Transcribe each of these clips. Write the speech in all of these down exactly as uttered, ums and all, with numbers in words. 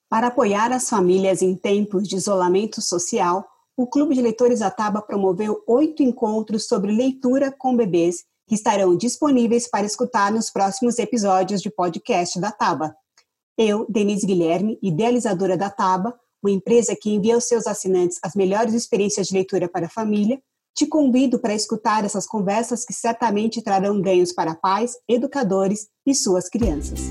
Para apoiar as famílias em tempos de isolamento social, o Clube de Leitores Ataba promoveu oito encontros sobre leitura com bebês que estarão disponíveis para escutar nos próximos episódios de podcast da Ataba. Eu, Denise Guilherme, idealizadora da Ataba, uma empresa que envia aos seus assinantes as melhores experiências de leitura para a família, te convido para escutar essas conversas que certamente trarão ganhos para pais, educadores e suas crianças.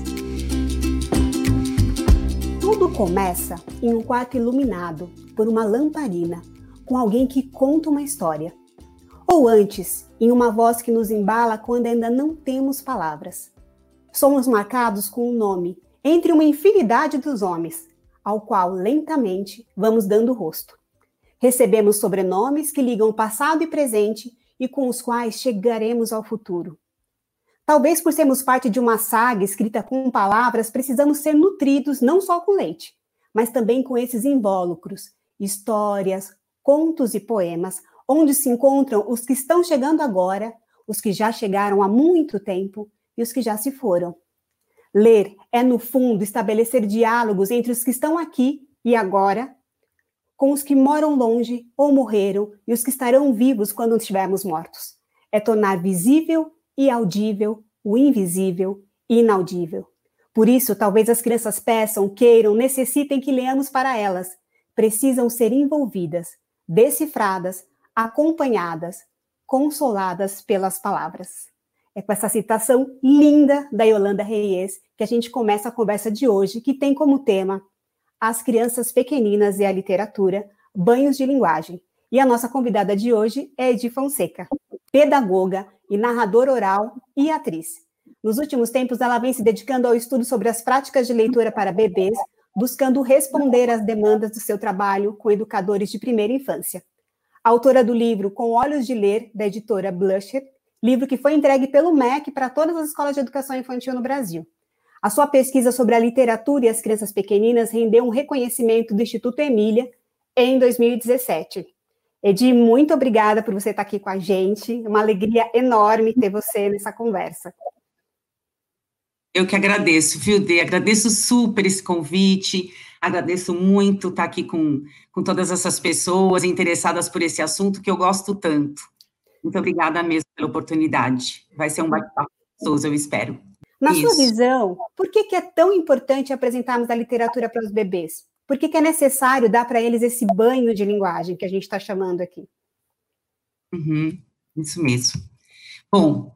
Tudo começa em um quarto iluminado por uma lamparina, com alguém que conta uma história. Ou antes, em uma voz que nos embala quando ainda não temos palavras. Somos marcados com um nome, entre uma infinidade dos homens, ao qual lentamente vamos dando rosto. Recebemos sobrenomes que ligam o passado e presente e com os quais chegaremos ao futuro. Talvez por sermos parte de uma saga escrita com palavras, precisamos ser nutridos não só com leite, mas também com esses invólucros, histórias, contos e poemas, onde se encontram os que estão chegando agora, os que já chegaram há muito tempo e os que já se foram. Ler é, no fundo, estabelecer diálogos entre os que estão aqui e agora, com os que moram longe ou morreram e os que estarão vivos quando estivermos mortos. É tornar visível e audível o invisível e inaudível. Por isso, talvez as crianças peçam, queiram, necessitem que leamos para elas. Precisam ser envolvidas, decifradas, acompanhadas, consoladas pelas palavras. É com essa citação linda da Yolanda Reyes que a gente começa a conversa de hoje, que tem como tema As Crianças Pequeninas e a Literatura, Banhos de Linguagem. E a nossa convidada de hoje é Edi Fonseca, pedagoga e narradora oral e atriz. Nos últimos tempos, ela vem se dedicando ao estudo sobre as práticas de leitura para bebês, buscando responder às demandas do seu trabalho com educadores de primeira infância. Autora do livro Com Olhos de Ler, da editora Blusher, livro que foi entregue pelo M E C para todas as escolas de educação infantil no Brasil. A sua pesquisa sobre a literatura e as crianças pequeninas rendeu um reconhecimento do Instituto Emília em dois mil e dezessete. Edi, muito obrigada por você estar aqui com a gente. É uma alegria enorme ter você nessa conversa. Eu que agradeço, viu, Dê? Agradeço super esse convite, agradeço muito estar aqui com, com todas essas pessoas interessadas por esse assunto que eu gosto tanto. Muito obrigada mesmo pela oportunidade. Vai ser um bate-papo gostoso, eu espero. Na Isso. sua visão, por que, que é tão importante apresentarmos a literatura para os bebês? Por que, que é necessário dar para eles esse banho de linguagem que a gente está chamando aqui? Uhum, isso mesmo. Bom,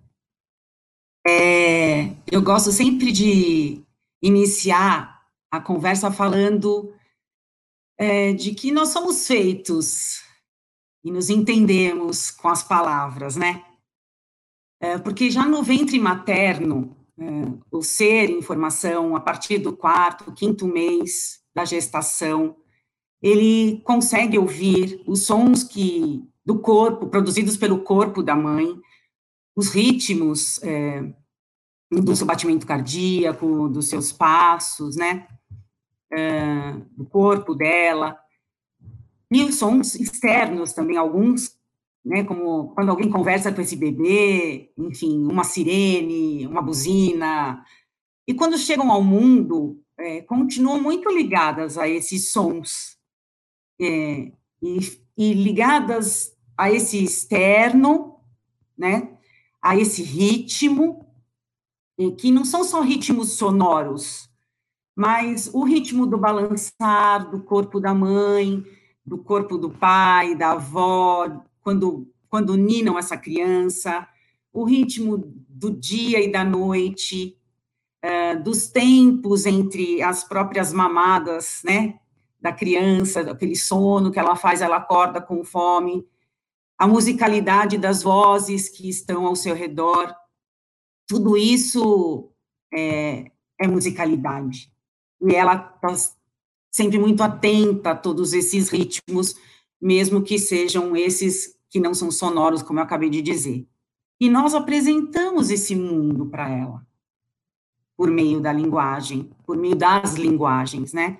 é, eu gosto sempre de iniciar a conversa falando é, de que nós somos feitos e nos entendemos com as palavras, né? É, porque já no ventre materno, é, o ser em formação, a partir do quarto, quinto mês da gestação, ele consegue ouvir os sons que, do corpo, produzidos pelo corpo da mãe, os ritmos é, do seu batimento cardíaco, dos seus passos, né, é, do corpo dela, e os sons externos também, alguns, né, como quando alguém conversa com esse bebê, enfim, uma sirene, uma buzina, e quando chegam ao mundo, é, continuam muito ligadas a esses sons, é, e, e ligadas a esse externo, né, a esse ritmo, que não são só ritmos sonoros, mas o ritmo do balançar do corpo da mãe, do corpo do pai, da avó, quando, quando ninam essa criança, o ritmo do dia e da noite, uh, dos tempos entre as próprias mamadas, né, da criança, aquele sono que ela faz, ela acorda com fome, a musicalidade das vozes que estão ao seu redor, tudo isso é, é musicalidade. E ela está sempre muito atenta a todos esses ritmos, mesmo que sejam esses que não são sonoros, como eu acabei de dizer. E nós apresentamos esse mundo para ela, por meio da linguagem, por meio das linguagens, né?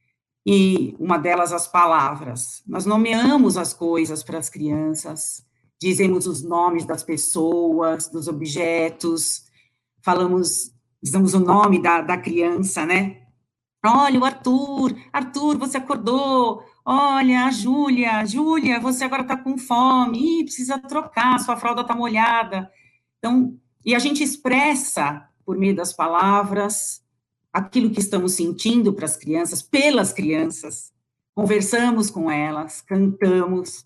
E uma delas, as palavras. Nós nomeamos as coisas para as crianças, dizemos os nomes das pessoas, dos objetos, falamos, dizemos o nome da, da criança, né? Olha, o Arthur, Arthur, você acordou. Olha, a Júlia, Júlia, você agora está com fome. Ih, precisa trocar, sua fralda está molhada. Então, e a gente expressa, por meio das palavras, aquilo que estamos sentindo para as crianças, pelas crianças, conversamos com elas, cantamos,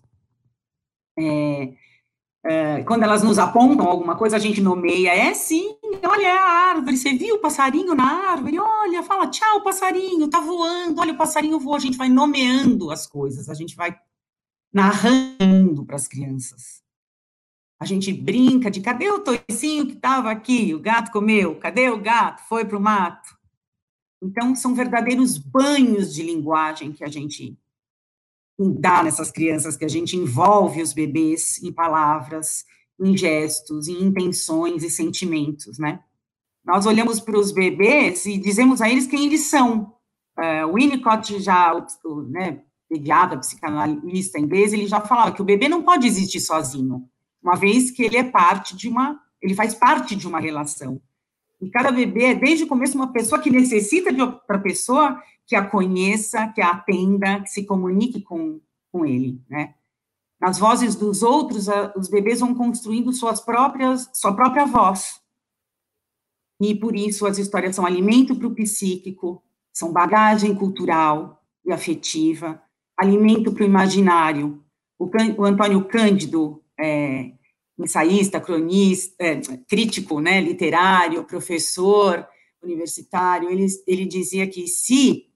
é, é, quando elas nos apontam alguma coisa, a gente nomeia, é sim, olha é a árvore, você viu o passarinho na árvore? Olha, fala, tchau, passarinho, tá voando, olha, o passarinho voou, a gente vai nomeando as coisas, a gente vai narrando para as crianças. A gente brinca de, cadê o toicinho que estava aqui? O gato comeu, cadê o gato? Foi para o mato. Então, são verdadeiros banhos de linguagem que a gente dá nessas crianças, que a gente envolve os bebês em palavras, em gestos, em intenções e sentimentos, né? Nós olhamos para os bebês e dizemos a eles quem eles são. Uh, o Winnicott, já, o, né, pediatra, psicanalista inglês, ele já falava que o bebê não pode existir sozinho, uma vez que ele é parte de uma, ele faz parte de uma relação. E cada bebê é, desde o começo, uma pessoa que necessita de outra pessoa que a conheça, que a atenda, que se comunique com, com ele, né? Nas vozes dos outros, a, os bebês vão construindo suas próprias, sua própria voz. E, por isso, as histórias são alimento para o psíquico, são bagagem cultural e afetiva, alimento para o imaginário. O, o Antônio Cândido, é, ensaísta, cronista, é, crítico, né, literário, professor universitário, ele, ele dizia que se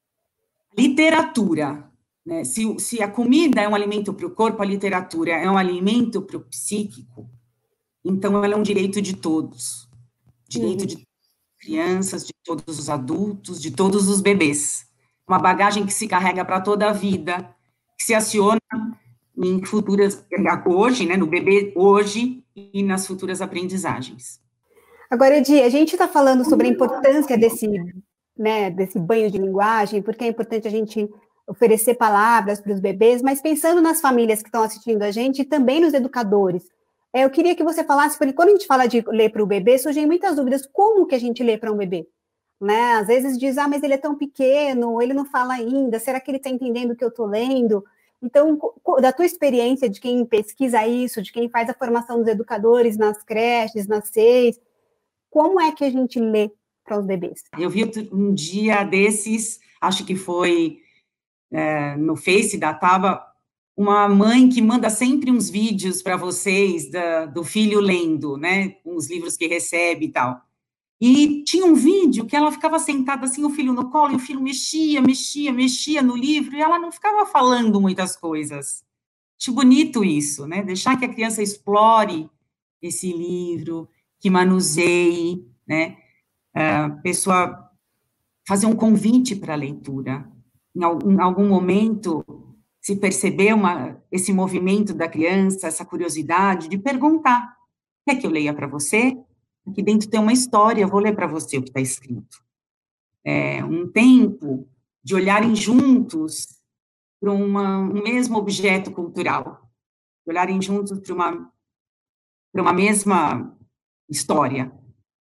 literatura, né, se, se a comida é um alimento para o corpo, a literatura é um alimento para o psíquico, então ela é um direito de todos, direito uhum. de crianças, de todos os adultos, de todos os bebês, uma bagagem que se carrega para toda a vida, que se aciona em futuras, hoje, né, no bebê hoje e nas futuras aprendizagens. Agora, Edi, a gente está falando sobre a importância desse, né, desse banho de linguagem, porque é importante a gente oferecer palavras para os bebês, mas pensando nas famílias que estão assistindo a gente e também nos educadores, é, eu queria que você falasse, porque quando a gente fala de ler para o bebê, surgem muitas dúvidas, como que a gente lê para um bebê? Né? Às vezes diz, ah, mas ele é tão pequeno, ele não fala ainda, será que ele está entendendo o que eu estou lendo? Então, da tua experiência, de quem pesquisa isso, de quem faz a formação dos educadores nas creches, nas seis, como é que a gente lê para os bebês? Eu vi um dia desses, acho que foi é, no Face da Taba, uma mãe que manda sempre uns vídeos para vocês da, do filho lendo, né, os livros que recebe e tal. E tinha um vídeo que ela ficava sentada assim, o filho no colo, e o filho mexia, mexia, mexia no livro, e ela não ficava falando muitas coisas. Acho bonito isso, né? Deixar que a criança explore esse livro, que manuseie, né? A pessoa fazer um convite para a leitura. Em algum momento, se perceber uma, esse movimento da criança, essa curiosidade de perguntar, quer que eu leia para você? Aqui dentro tem uma história, eu vou ler para você o que está escrito. É um tempo de olharem juntos para uma, um mesmo objeto cultural, de olharem juntos para uma, para uma mesma história.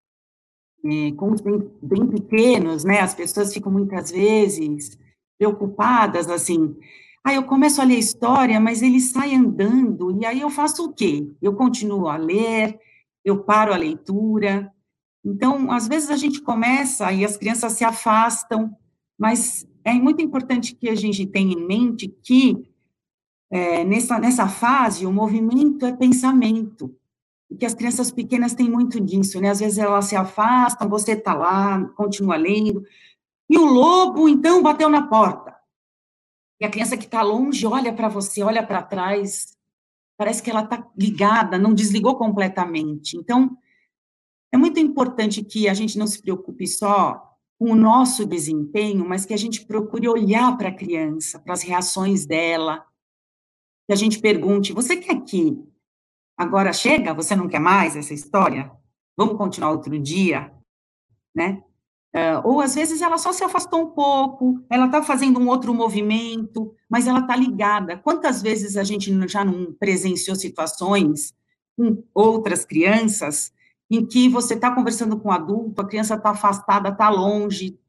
É, com os bem, bem pequenos, né, as pessoas ficam muitas vezes preocupadas, assim, ah, eu começo a ler história, mas ele sai andando, e aí eu faço o quê? Eu continuo a ler, eu paro a leitura. Então, às vezes a gente começa e as crianças se afastam, mas é muito importante que a gente tenha em mente que é, nessa, nessa fase o movimento é pensamento, e que as crianças pequenas têm muito disso, né? Às vezes elas se afastam, você está lá, continua lendo, e o lobo, então, bateu na porta. E a criança que está longe olha para você, olha para trás, parece que ela está ligada, não desligou completamente. Então, é muito importante que a gente não se preocupe só com o nosso desempenho, mas que a gente procure olhar para a criança, para as reações dela, que a gente pergunte, você quer que agora chega? Você não quer mais essa história? Vamos continuar outro dia? Né? Uh, ou, às vezes, ela só se afastou um pouco, ela está fazendo um outro movimento, mas ela está ligada. Quantas vezes a gente já não presenciou situações com outras crianças em que você está conversando com um adulto, a criança está afastada, está longe,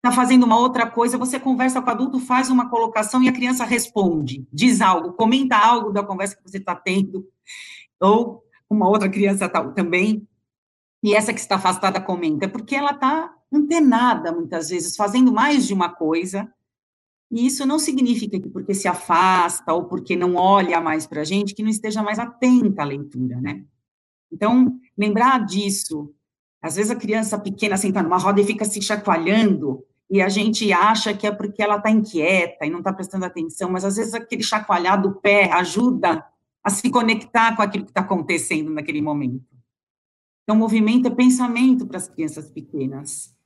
está fazendo uma outra coisa, você conversa com o adulto, faz uma colocação e a criança responde, diz algo, comenta algo da conversa que você está tendo, ou uma outra criança tá, também, e essa que está afastada comenta, porque ela está antenada, muitas vezes, fazendo mais de uma coisa, e isso não significa que porque se afasta, ou porque não olha mais para a gente, que não esteja mais atenta à leitura, né? Então, lembrar disso, às vezes a criança pequena senta numa roda e fica se chacoalhando, e a gente acha que é porque ela está inquieta e não está prestando atenção, mas às vezes aquele chacoalhar do pé ajuda a se conectar com aquilo que está acontecendo naquele momento. Então, movimento é pensamento para as crianças pequenas.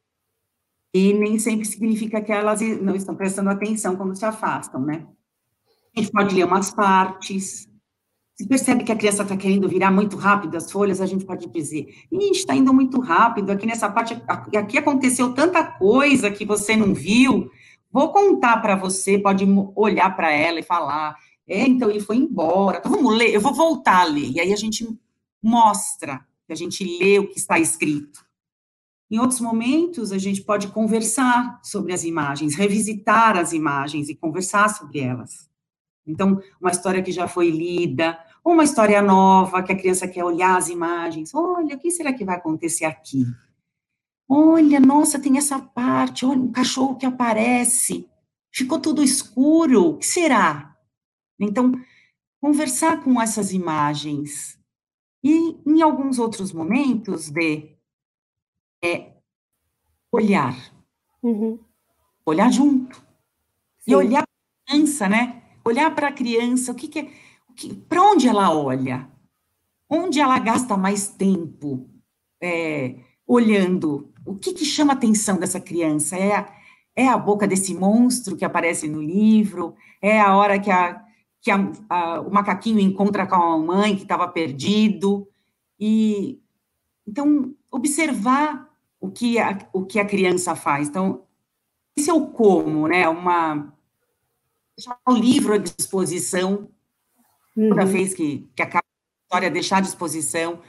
E nem sempre significa que elas não estão prestando atenção quando se afastam, né? A gente pode ler umas partes. Se percebe que a criança está querendo virar muito rápido as folhas, a gente pode dizer, ih, está indo muito rápido, aqui nessa parte, aqui aconteceu tanta coisa que você não viu, vou contar para você, pode olhar para ela e falar, é, então ele foi embora, então vamos ler, eu vou voltar a ler, e aí a gente mostra, que a gente lê o que está escrito. Em outros momentos, a gente pode conversar sobre as imagens, revisitar as imagens e conversar sobre elas. Então, uma história que já foi lida, ou uma história nova, que a criança quer olhar as imagens. Olha, o que será que vai acontecer aqui? Olha, nossa, tem essa parte, olha, um cachorro que aparece. Ficou tudo escuro, o que será? Então, conversar com essas imagens. E, em alguns outros momentos, de é, olhar. Uhum. Olhar junto. Sim. E olhar para a criança, né? Olhar para a criança, o que, que é... Para onde ela olha? Onde ela gasta mais tempo é, olhando? O que, que chama a atenção dessa criança? É a, é a boca desse monstro que aparece no livro? É a hora que, a, que a, a, o macaquinho encontra com a mãe que estava perdido? E, então, observar o que, a, o que a criança faz. Então, esse é o como, né? Uma, o livro à disposição, toda Uhum. vez que, que acaba a história, deixar à disposição,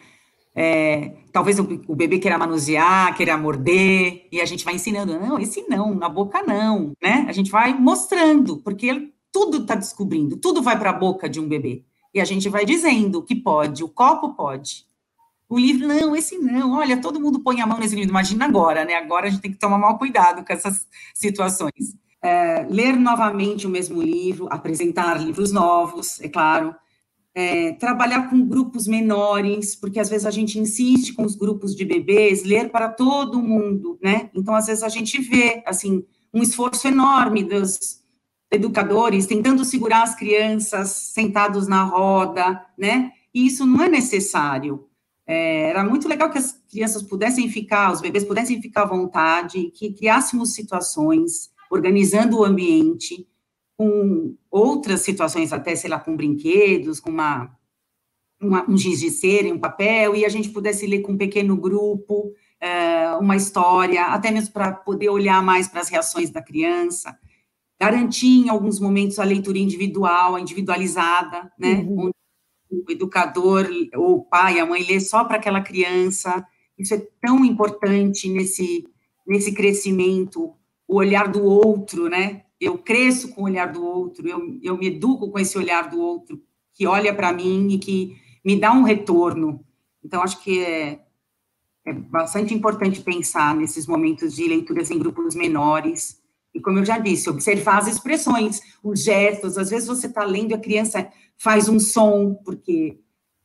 é, talvez o, o bebê queira manusear, queira morder, e a gente vai ensinando, não, esse não, na boca não, né? A gente vai mostrando, porque ele, tudo está descobrindo, tudo vai para a boca de um bebê, e a gente vai dizendo que pode, o copo pode, o livro, não, esse não, olha, todo mundo põe a mão nesse livro, imagina agora, né? Agora a gente tem que tomar maior cuidado com essas situações. É, ler novamente o mesmo livro, apresentar livros novos, é claro, é, trabalhar com grupos menores, porque às vezes a gente insiste com os grupos de bebês, ler para todo mundo, né? Então, às vezes a gente vê, assim, um esforço enorme dos educadores tentando segurar as crianças sentados na roda, né? E isso não é necessário. É, era muito legal que as crianças pudessem ficar, os bebês pudessem ficar à vontade, que criássemos situações, organizando o ambiente, com outras situações, até, sei lá, com brinquedos, com uma, uma, um giz de cera e um papel, e a gente pudesse ler com um pequeno grupo, é, uma história, até mesmo para poder olhar mais para as reações da criança, garantir, em alguns momentos, a leitura individual, a individualizada, né, Uhum. onde o educador, ou o pai, a mãe, lê só para aquela criança. Isso é tão importante nesse, nesse crescimento, o olhar do outro, né? Eu cresço com o olhar do outro, eu, eu me educo com esse olhar do outro, que olha para mim e que me dá um retorno. Então, acho que é, é bastante importante pensar nesses momentos de leituras em grupos menores, e como eu já disse, observar as expressões, os gestos, às vezes você está lendo e a criança faz um som, porque,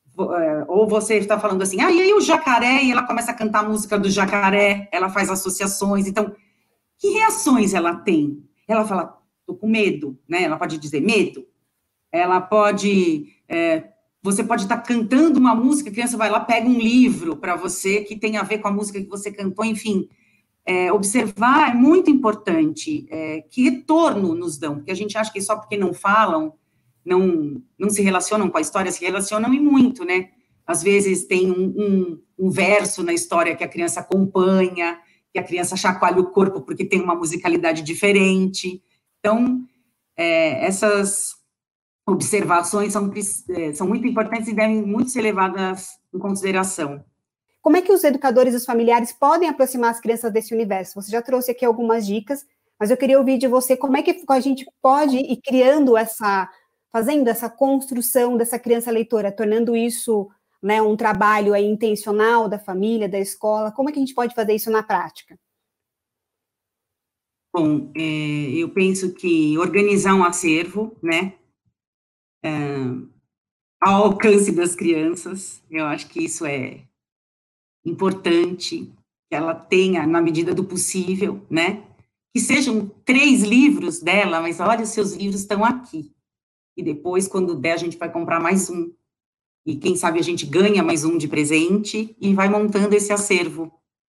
ou você está falando assim, ah, e aí o jacaré, e ela começa a cantar a música do jacaré, ela faz associações, então, que reações ela tem? Ela fala, tô com medo, né, ela pode dizer medo, ela pode, é, você pode estar cantando uma música, a criança vai lá, pega um livro para você, que tem a ver com a música que você cantou, enfim, É, observar é muito importante, é, que retorno nos dão, porque a gente acha que só porque não falam, não, não se relacionam com a história, se relacionam e muito, né? Às vezes tem um, um, um verso na história que a criança acompanha, que a criança chacoalha o corpo porque tem uma musicalidade diferente. Então, é, essas observações são, é, são muito importantes e devem muito ser levadas em consideração. como é que os educadores e os familiares podem aproximar as crianças desse universo? Você já trouxe aqui algumas dicas, mas eu queria ouvir de você como é que a gente pode ir criando essa, fazendo essa construção dessa criança leitora, tornando isso, né, um trabalho aí intencional da família, da escola. Como é que a gente pode fazer isso na prática? Bom, é, eu penso que organizar um acervo, né, é, ao alcance das crianças, eu acho que isso é importante, que ela tenha, na medida do possível, né, que sejam três livros dela, mas olha, os seus livros estão aqui, e depois, quando der, a gente vai comprar mais um, e quem sabe a gente ganha mais um de presente, e vai montando esse acervo,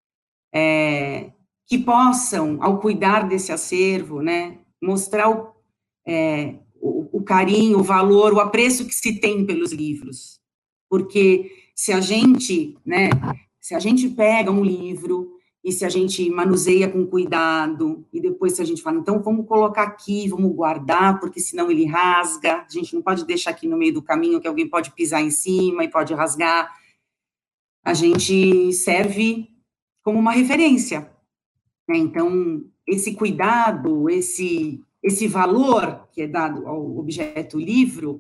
é, que possam, ao cuidar desse acervo, né, mostrar o, é, o, o carinho, o valor, o apreço que se tem pelos livros, porque se a gente, né, se a gente pega um livro e se a gente manuseia com cuidado, e depois se a gente fala, então vamos colocar aqui, vamos guardar, porque senão ele rasga, a gente não pode deixar aqui no meio do caminho, que alguém pode pisar em cima e pode rasgar, a gente serve como uma referência, né? Então, esse cuidado, esse, esse valor que é dado ao objeto livro,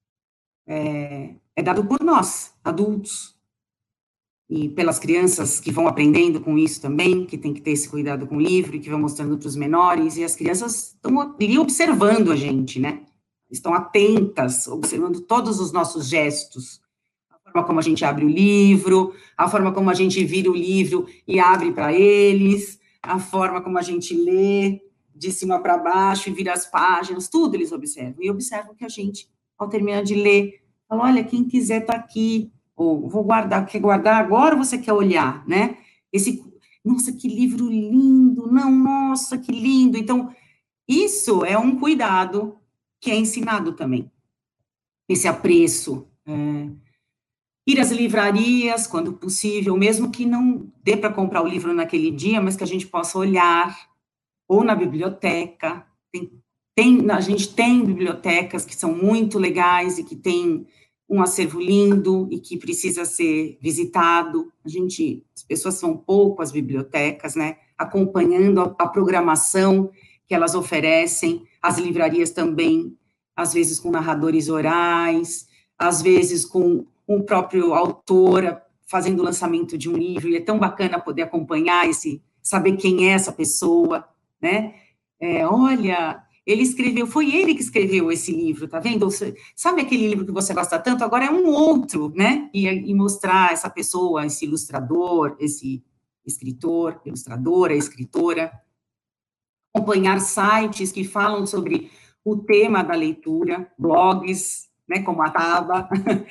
é, é dado por nós, adultos, e pelas crianças que vão aprendendo com isso também, que tem que ter esse cuidado com o livro, e que vão mostrando para os menores, e as crianças estão ali observando a gente, né? Estão atentas, observando todos os nossos gestos, a forma como a gente abre o livro, a forma como a gente vira o livro e abre para eles, a forma como a gente lê de cima para baixo e vira as páginas, tudo eles observam, e observam que a gente, ao terminar de ler, fala, olha, quem quiser está aqui, ou vou guardar, quer guardar agora ou você quer olhar, né? Esse, nossa, que livro lindo, não, nossa, que lindo. Então, isso é um cuidado que é ensinado também, esse apreço. É, ir às livrarias, quando possível, mesmo que não dê para comprar o livro naquele dia, mas que a gente possa olhar, ou na biblioteca. Tem, tem, a gente tem bibliotecas que são muito legais e que tem um acervo lindo e que precisa ser visitado. A gente, as pessoas são pouco às bibliotecas, né, acompanhando a, a programação que elas oferecem, as livrarias também, às vezes com narradores orais, às vezes com o próprio autor fazendo o lançamento de um livro, e é tão bacana poder acompanhar esse, saber quem é essa pessoa, né, é, olha, ele escreveu, foi ele que escreveu esse livro, tá vendo? Sabe aquele livro que você gosta tanto? Agora é um outro, né? E, e mostrar essa pessoa, esse ilustrador, esse escritor, ilustradora, escritora, acompanhar sites que falam sobre o tema da leitura, blogs, né, como a Taba,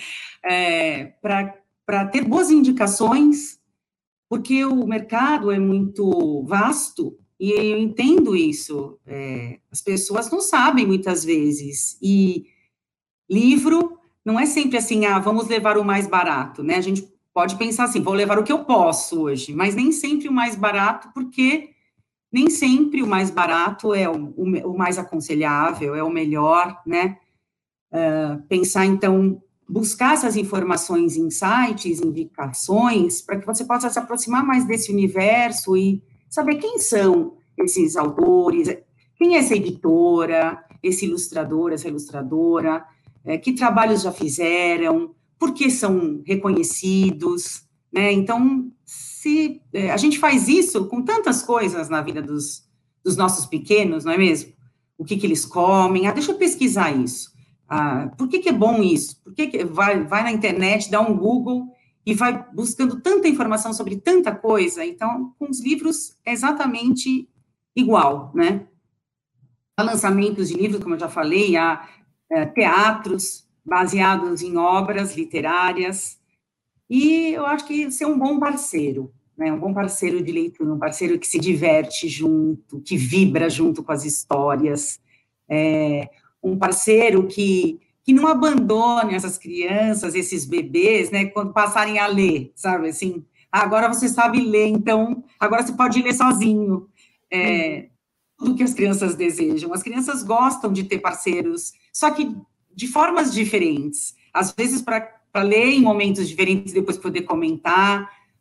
é, para ter boas indicações, porque o mercado é muito vasto. E eu entendo isso, é, as pessoas não sabem muitas vezes, e livro não é sempre assim, ah, vamos levar o mais barato, né, a gente pode pensar assim, vou levar o que eu posso hoje, mas nem sempre o mais barato, porque nem sempre o mais barato é o, o, o mais aconselhável, é o melhor, né, uh, pensar então, buscar essas informações em sites, indicações, para que você possa se aproximar mais desse universo e saber quem são esses autores, quem é essa editora, esse ilustrador, essa ilustradora, é, que trabalhos já fizeram, por que são reconhecidos, né? Então, se é, a gente faz isso com tantas coisas na vida dos, dos nossos pequenos, não é mesmo? O que, que eles comem, ah, deixa eu pesquisar isso, ah, por que, que é bom isso? Por que, que vai, vai na internet, dá um Google e vai buscando tanta informação sobre tanta coisa. Então, com os livros é exatamente igual, né? Há lançamentos de livros, como eu já falei, há é, teatros baseados em obras literárias, e eu acho que ser um bom parceiro, né? Um bom parceiro de leitura, um parceiro que se diverte junto, que vibra junto com as histórias, é, um parceiro que que não abandone essas crianças, esses bebês, né, quando passarem a ler, sabe, assim, agora você sabe ler, então, agora você pode ler sozinho, é, tudo que as crianças desejam, as crianças gostam de ter parceiros, só que de formas diferentes, às vezes para ler em momentos diferentes, depois poder comentar,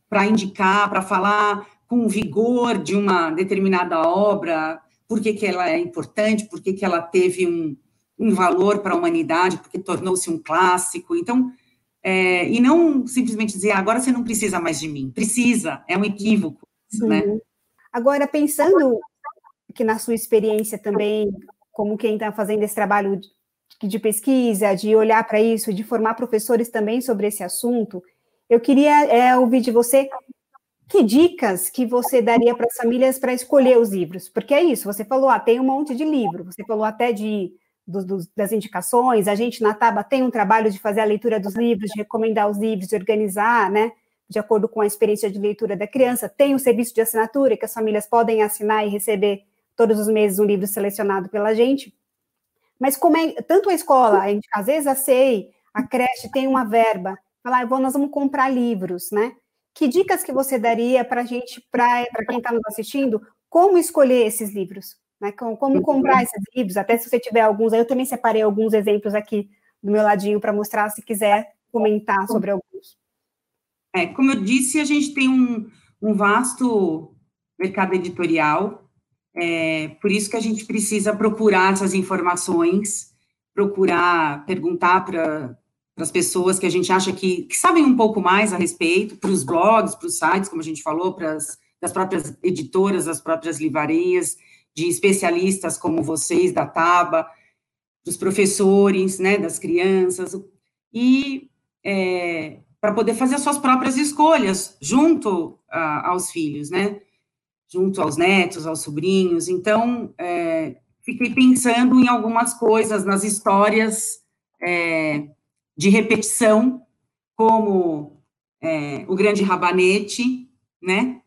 para indicar, para falar com vigor de uma determinada obra, por que que ela é importante, por que que ela teve um, um valor para a humanidade, porque tornou-se um clássico. Então, é, e não simplesmente dizer, ah, agora você não precisa mais de mim. Precisa, é um equívoco, isso, Uhum. né? Agora, pensando que na sua experiência também, como quem está fazendo esse trabalho de, de pesquisa, de olhar para isso, de formar professores também sobre esse assunto, eu queria é, ouvir de você que dicas que você daria para as famílias para escolher os livros? Porque é isso, você falou, ah, tem um monte de livro, você falou até de, do, do, das indicações, a gente na Taba tem um trabalho de fazer a leitura dos livros, de recomendar os livros, de organizar, né, de acordo com a experiência de leitura da criança, tem o serviço de assinatura, que as famílias podem assinar e receber todos os meses um livro selecionado pela gente, mas como é, tanto a escola, a gente, às vezes a C E I, a creche tem uma verba, falar, ah, nós vamos comprar livros, né? Que dicas que você daria para a gente, para quem está nos assistindo, como escolher esses livros? Né? Como, como comprar esses livros? Até se você tiver alguns, eu também separei alguns exemplos aqui do meu ladinho para mostrar, se quiser comentar sobre alguns. É, como eu disse, a gente tem um, um vasto mercado editorial, é, por isso que a gente precisa procurar essas informações, procurar perguntar para as pessoas que a gente acha que, que sabem um pouco mais a respeito, para os blogs, para os sites, como a gente falou, para as das próprias editoras, das próprias livrarias, de especialistas como vocês, da Taba, dos professores, né, das crianças, e é, para poder fazer as suas próprias escolhas junto a, aos filhos, né, junto aos netos, aos sobrinhos. Então, é, fiquei pensando em algumas coisas, nas histórias é, de repetição, como é, O Grande Rabanete, né,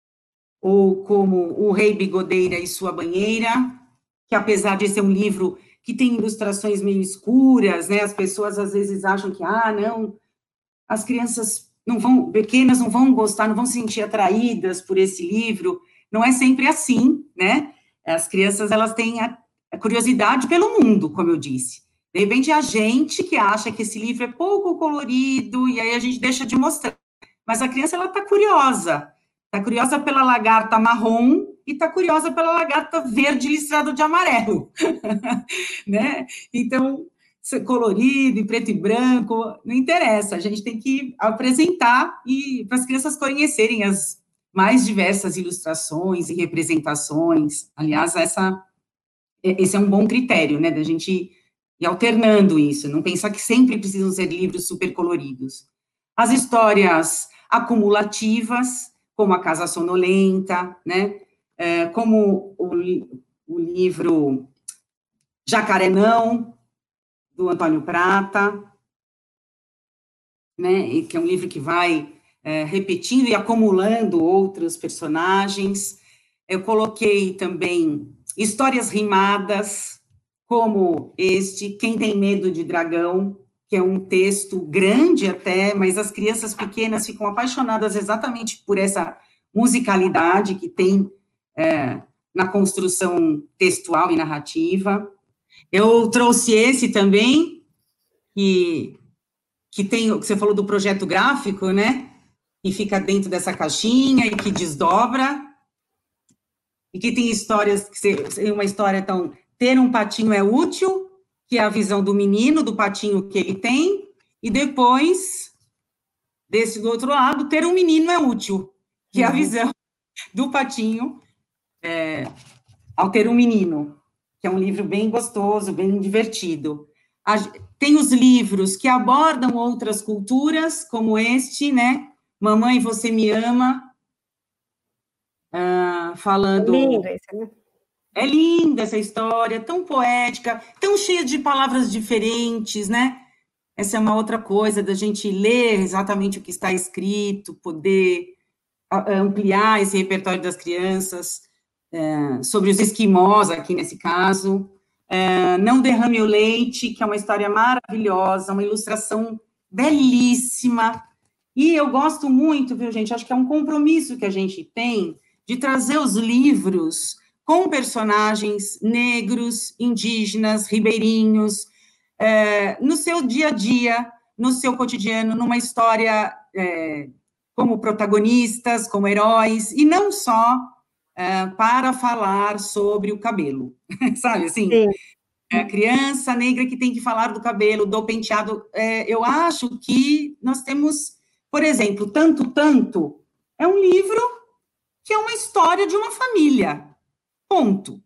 ou como O Rei Bigodeira e Sua Banheira, que apesar de ser um livro que tem ilustrações meio escuras, né, as pessoas às vezes acham que, ah, não, as crianças não vão, pequenas não vão gostar, não vão se sentir atraídas por esse livro. Não é sempre assim, né? As crianças, elas têm a, a curiosidade pelo mundo, como eu disse. De repente, é a gente que acha que esse livro é pouco colorido, e aí a gente deixa de mostrar. Mas a criança, ela está curiosa. Está curiosa pela lagarta marrom e está curiosa pela lagarta verde listrada de amarelo. Né? Então, colorido, em preto e branco, não interessa, a gente tem que apresentar e para as crianças conhecerem as mais diversas ilustrações e representações. Aliás, essa, esse é um bom critério, né, da gente ir alternando isso, não pensar que sempre precisam ser livros super coloridos. As histórias acumulativas, como A Casa Sonolenta, né, é, como o, o livro Jacaré Não, do Antônio Prata, né, que é um livro que vai é, repetindo e acumulando outros personagens. Eu coloquei também histórias rimadas, como este, Quem Tem Medo de Dragão, que é um texto grande até, mas as crianças pequenas ficam apaixonadas exatamente por essa musicalidade que tem é, na construção textual e narrativa. Eu trouxe esse também, que, que tem, que você falou do projeto gráfico, né? E fica dentro dessa caixinha e que desdobra, e que tem histórias, que uma história tão, ter um patinho é útil, que é a visão do menino, do patinho que ele tem, e depois, desse do outro lado, ter um menino é útil, que é a visão do patinho é, ao ter um menino, que é um livro bem gostoso, bem divertido. Tem os livros que abordam outras culturas, como este, né? Mamãe, Você Me Ama, uh, falando... É lindo esse, né? É linda essa história, tão poética, tão cheia de palavras diferentes, né? Essa é uma outra coisa da gente ler exatamente o que está escrito, poder ampliar esse repertório das crianças, é, sobre os esquimós, aqui nesse caso. É, Não Derrame o Leite, que é uma história maravilhosa, uma ilustração belíssima. E eu gosto muito, viu, gente? Acho que é um compromisso que a gente tem de trazer os livros com personagens negros, indígenas, ribeirinhos, é, no seu dia a dia, no seu cotidiano, numa história é, como protagonistas, como heróis, e não só uh, para falar sobre o cabelo, sabe, assim, Sim. a criança negra que tem que falar do cabelo, do penteado, é, eu acho que nós temos, por exemplo, Tanto Tanto, é um livro que é uma história de uma família, ponto.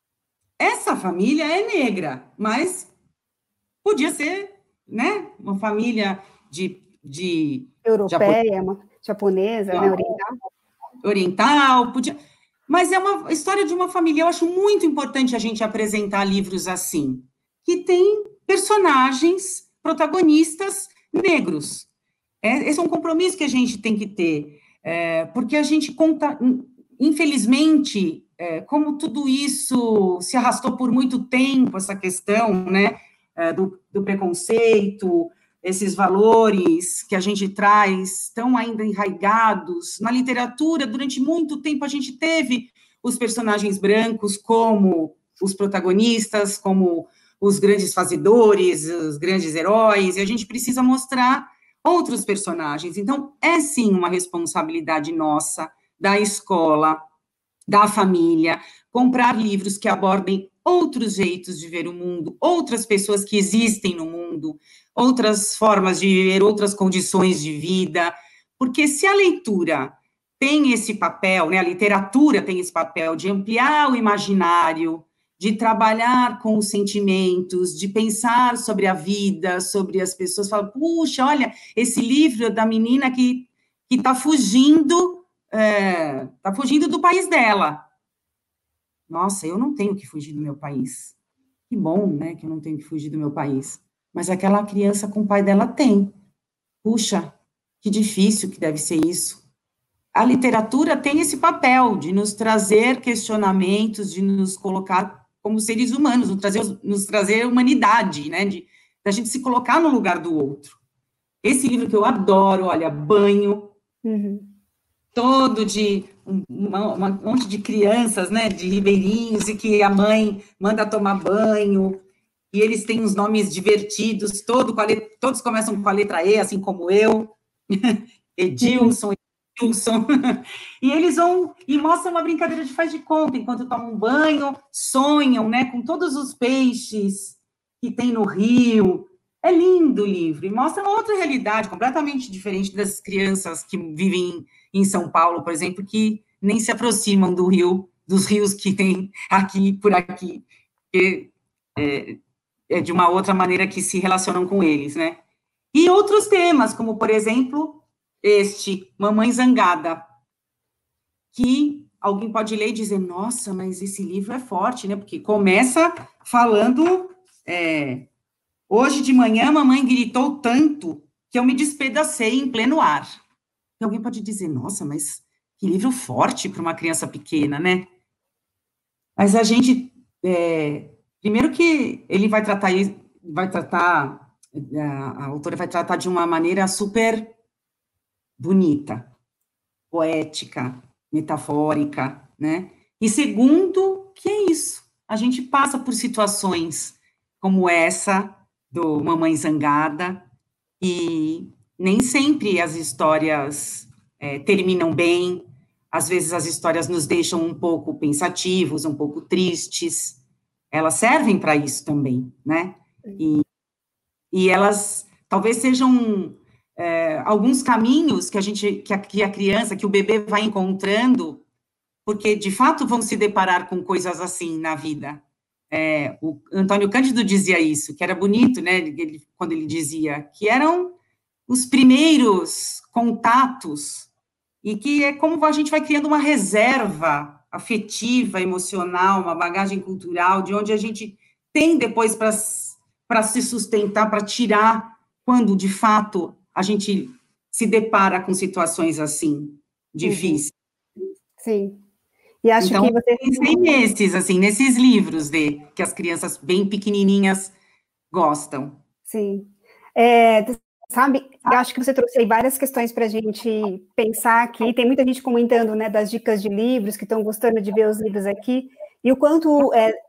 Essa família é negra, mas podia ser, né, uma família de... de Europeia, japonesa, japonesa né, oriental. Oriental, podia... Mas é uma história de uma família. Eu acho muito importante a gente apresentar livros assim, que tem personagens, protagonistas negros. É, esse é um compromisso que a gente tem que ter, é, porque a gente conta, infelizmente, é, como tudo isso se arrastou por muito tempo, essa questão, né, é, do, do preconceito, esses valores que a gente traz estão ainda enraigados. Na literatura, durante muito tempo, a gente teve os personagens brancos como os protagonistas, como os grandes fazedores, os grandes heróis, e a gente precisa mostrar outros personagens. Então, é sim uma responsabilidade nossa, da escola, da família, comprar livros que abordem outros jeitos de ver o mundo, outras pessoas que existem no mundo, outras formas de viver, outras condições de vida, porque se a leitura tem esse papel, né, a literatura tem esse papel de ampliar o imaginário, de trabalhar com os sentimentos, de pensar sobre a vida, sobre as pessoas, falar, puxa, olha, esse livro da menina que que está fugindo, é, tá fugindo do país dela. Nossa, eu não tenho que fugir do meu país. Que bom, né, que eu não tenho que fugir do meu país. Mas aquela criança com o pai dela tem. Puxa, que difícil que deve ser isso. A literatura tem esse papel de nos trazer questionamentos, de nos colocar como seres humanos, nos trazer, nos trazer humanidade, né, de da gente se colocar no lugar do outro. Esse livro que eu adoro, olha, Banho, uhum. todo de um, uma, uma, um monte de crianças, né, de ribeirinhos, e que a mãe manda tomar banho, e eles têm uns nomes divertidos, todo, todos começam com a letra E, assim como eu, Edilson, Edilson, e eles vão, e mostram uma brincadeira de faz de conta, enquanto tomam banho, sonham, né, com todos os peixes que tem no rio. É lindo o livro, e mostra uma outra realidade, completamente diferente das crianças que vivem em São Paulo, por exemplo, que nem se aproximam do rio, dos rios que tem aqui, por aqui, que é, é de uma outra maneira que se relacionam com eles, né? E outros temas, como, por exemplo, este, Mamãe Zangada, que alguém pode ler e dizer, nossa, mas esse livro é forte, né? Porque começa falando... É, hoje de manhã, a mamãe gritou tanto que eu me despedacei em pleno ar. E alguém pode dizer, nossa, mas que livro forte para uma criança pequena, né? Mas a gente, é, primeiro que ele vai tratar, vai tratar, a, a autora vai tratar de uma maneira super bonita, poética, metafórica, né? E segundo, que é isso, a gente passa por situações como essa, do Mamãe Zangada, e nem sempre as histórias é, terminam bem, às vezes as histórias nos deixam um pouco pensativos, um pouco tristes, elas servem para isso também, né? E, e elas talvez sejam é, alguns caminhos que a gente, que a, que a criança, que o bebê vai encontrando, porque de fato vão se deparar com coisas assim na vida. É, o Antônio Cândido dizia isso, que era bonito, né, ele, quando ele dizia que eram os primeiros contatos, e que é como a gente vai criando uma reserva afetiva, emocional, uma bagagem cultural, de onde a gente tem depois para se sustentar, para tirar, quando, de fato, a gente se depara com situações assim, difíceis. Sim. E acho então, que você... pensei nesses, assim, nesses livros de, que as crianças bem pequenininhas gostam. Sim. É, sabe, eu acho que você trouxe aí várias questões para a gente pensar aqui. Tem muita gente comentando, né, das dicas de livros, que estão gostando de ver os livros aqui, e o quanto é,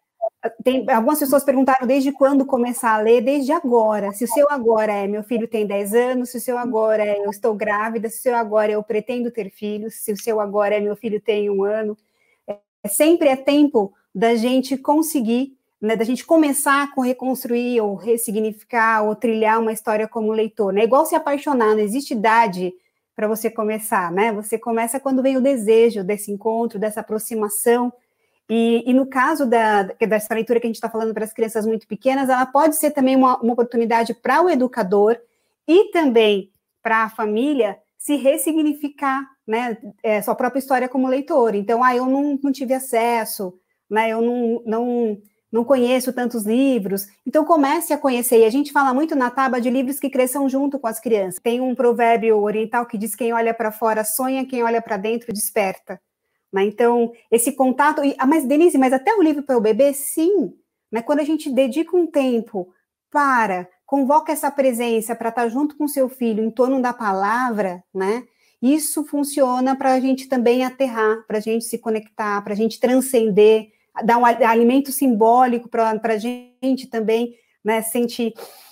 tem, algumas pessoas perguntaram desde quando começar a ler, desde agora. Se o seu agora é meu filho tem dez anos, se o seu agora é eu estou grávida, se o seu agora é eu pretendo ter filhos, se o seu agora é meu filho tem um ano. É, sempre é tempo da gente conseguir, né, da gente começar a reconstruir ou ressignificar ou trilhar uma história como leitor. Né? É igual se apaixonar, não existe idade para você começar, né? Você começa quando vem o desejo desse encontro, dessa aproximação. E, e no caso da, dessa leitura que a gente está falando para as crianças muito pequenas, ela pode ser também uma, uma oportunidade para o educador e também para a família se ressignificar, né, é, sua própria história como leitor. Então, ah, eu não, não tive acesso, né, eu não, não, não conheço tantos livros. Então, comece a conhecer. E a gente fala muito na Taba de livros que cresçam junto com as crianças. Tem um provérbio oriental que diz: quem olha para fora sonha, quem olha para dentro desperta. Né? Então, esse contato... E, ah, mas, Denise, mas até o livro para o bebê, sim. Né? Quando a gente dedica um tempo para, convoca essa presença para estar junto com seu filho em torno da palavra, né? Isso funciona para a gente também aterrar, para a gente se conectar, para a gente transcender, dar um alimento simbólico para a gente também, né, sentir,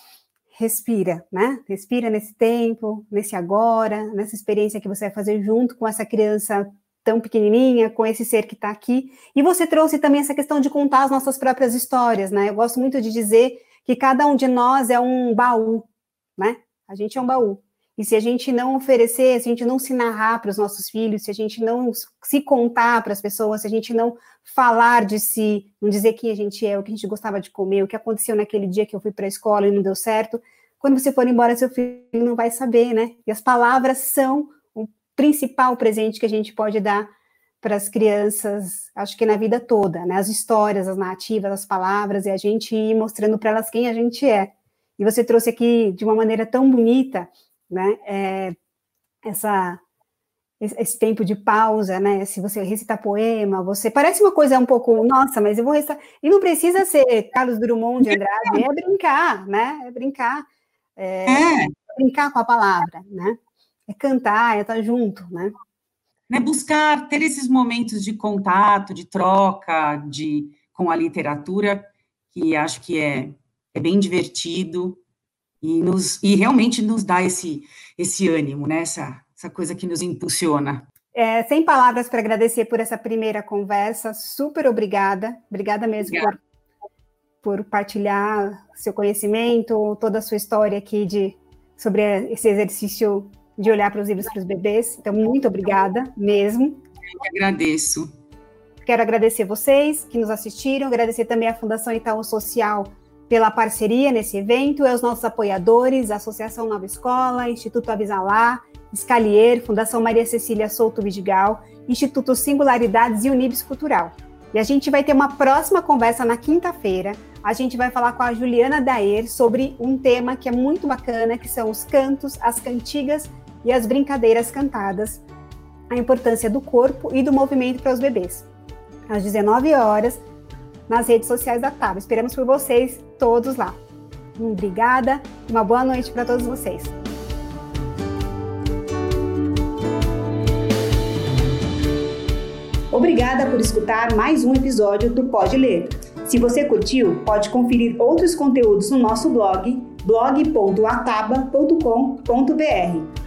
respira, né, respira nesse tempo, nesse agora, nessa experiência que você vai fazer junto com essa criança tão pequenininha, com esse ser que está aqui. E você trouxe também essa questão de contar as nossas próprias histórias, né, eu gosto muito de dizer que cada um de nós é um baú, né, a gente é um baú. E se a gente não oferecer, se a gente não se narrar para os nossos filhos, se a gente não se contar para as pessoas, se a gente não falar de si, não dizer quem a gente é, o que a gente gostava de comer, o que aconteceu naquele dia que eu fui para a escola e não deu certo, quando você for embora, seu filho não vai saber, né? E as palavras são o principal presente que a gente pode dar para as crianças, acho que na vida toda, né? As histórias, as narrativas, as palavras, e a gente ir mostrando para elas quem a gente é. E você trouxe aqui de uma maneira tão bonita, né, é, essa, esse tempo de pausa, né, se você recitar poema, você, parece uma coisa um pouco, nossa, mas eu vou recitar, e não precisa ser Carlos Drummond de Andrade, é brincar, né, é brincar, é, é brincar com a palavra, né, é cantar, é estar junto, né. É buscar ter esses momentos de contato, de troca, de, com a literatura, que acho que é, é bem divertido, E, nos, e realmente nos dá esse, esse ânimo, né? essa, essa coisa que nos impulsiona. É, sem palavras para agradecer por essa primeira conversa, super obrigada, obrigada mesmo por, por partilhar seu conhecimento, toda a sua história aqui de, sobre esse exercício de olhar para os livros para os bebês, então muito obrigada mesmo. Eu que agradeço. Quero agradecer vocês que nos assistiram, agradecer também à Fundação Itaú Social pela parceria nesse evento, e aos nossos apoiadores, a Associação Nova Escola, Instituto Avisalá, Scalier, Fundação Maria Cecília Souto Vidigal, Instituto Singularidades e Unibis Cultural. E a gente vai ter uma próxima conversa na quinta-feira. A gente vai falar com a Juliana Daer sobre um tema que é muito bacana, que são os cantos, as cantigas e as brincadeiras cantadas, a importância do corpo e do movimento para os bebês. Às dezenove horas, nas redes sociais da Taba. Esperamos por vocês todos lá. Obrigada e uma boa noite para todos vocês. Obrigada por escutar mais um episódio do Pode Ler. Se você curtiu, pode conferir outros conteúdos no nosso blog, blog ponto ataba ponto com ponto br.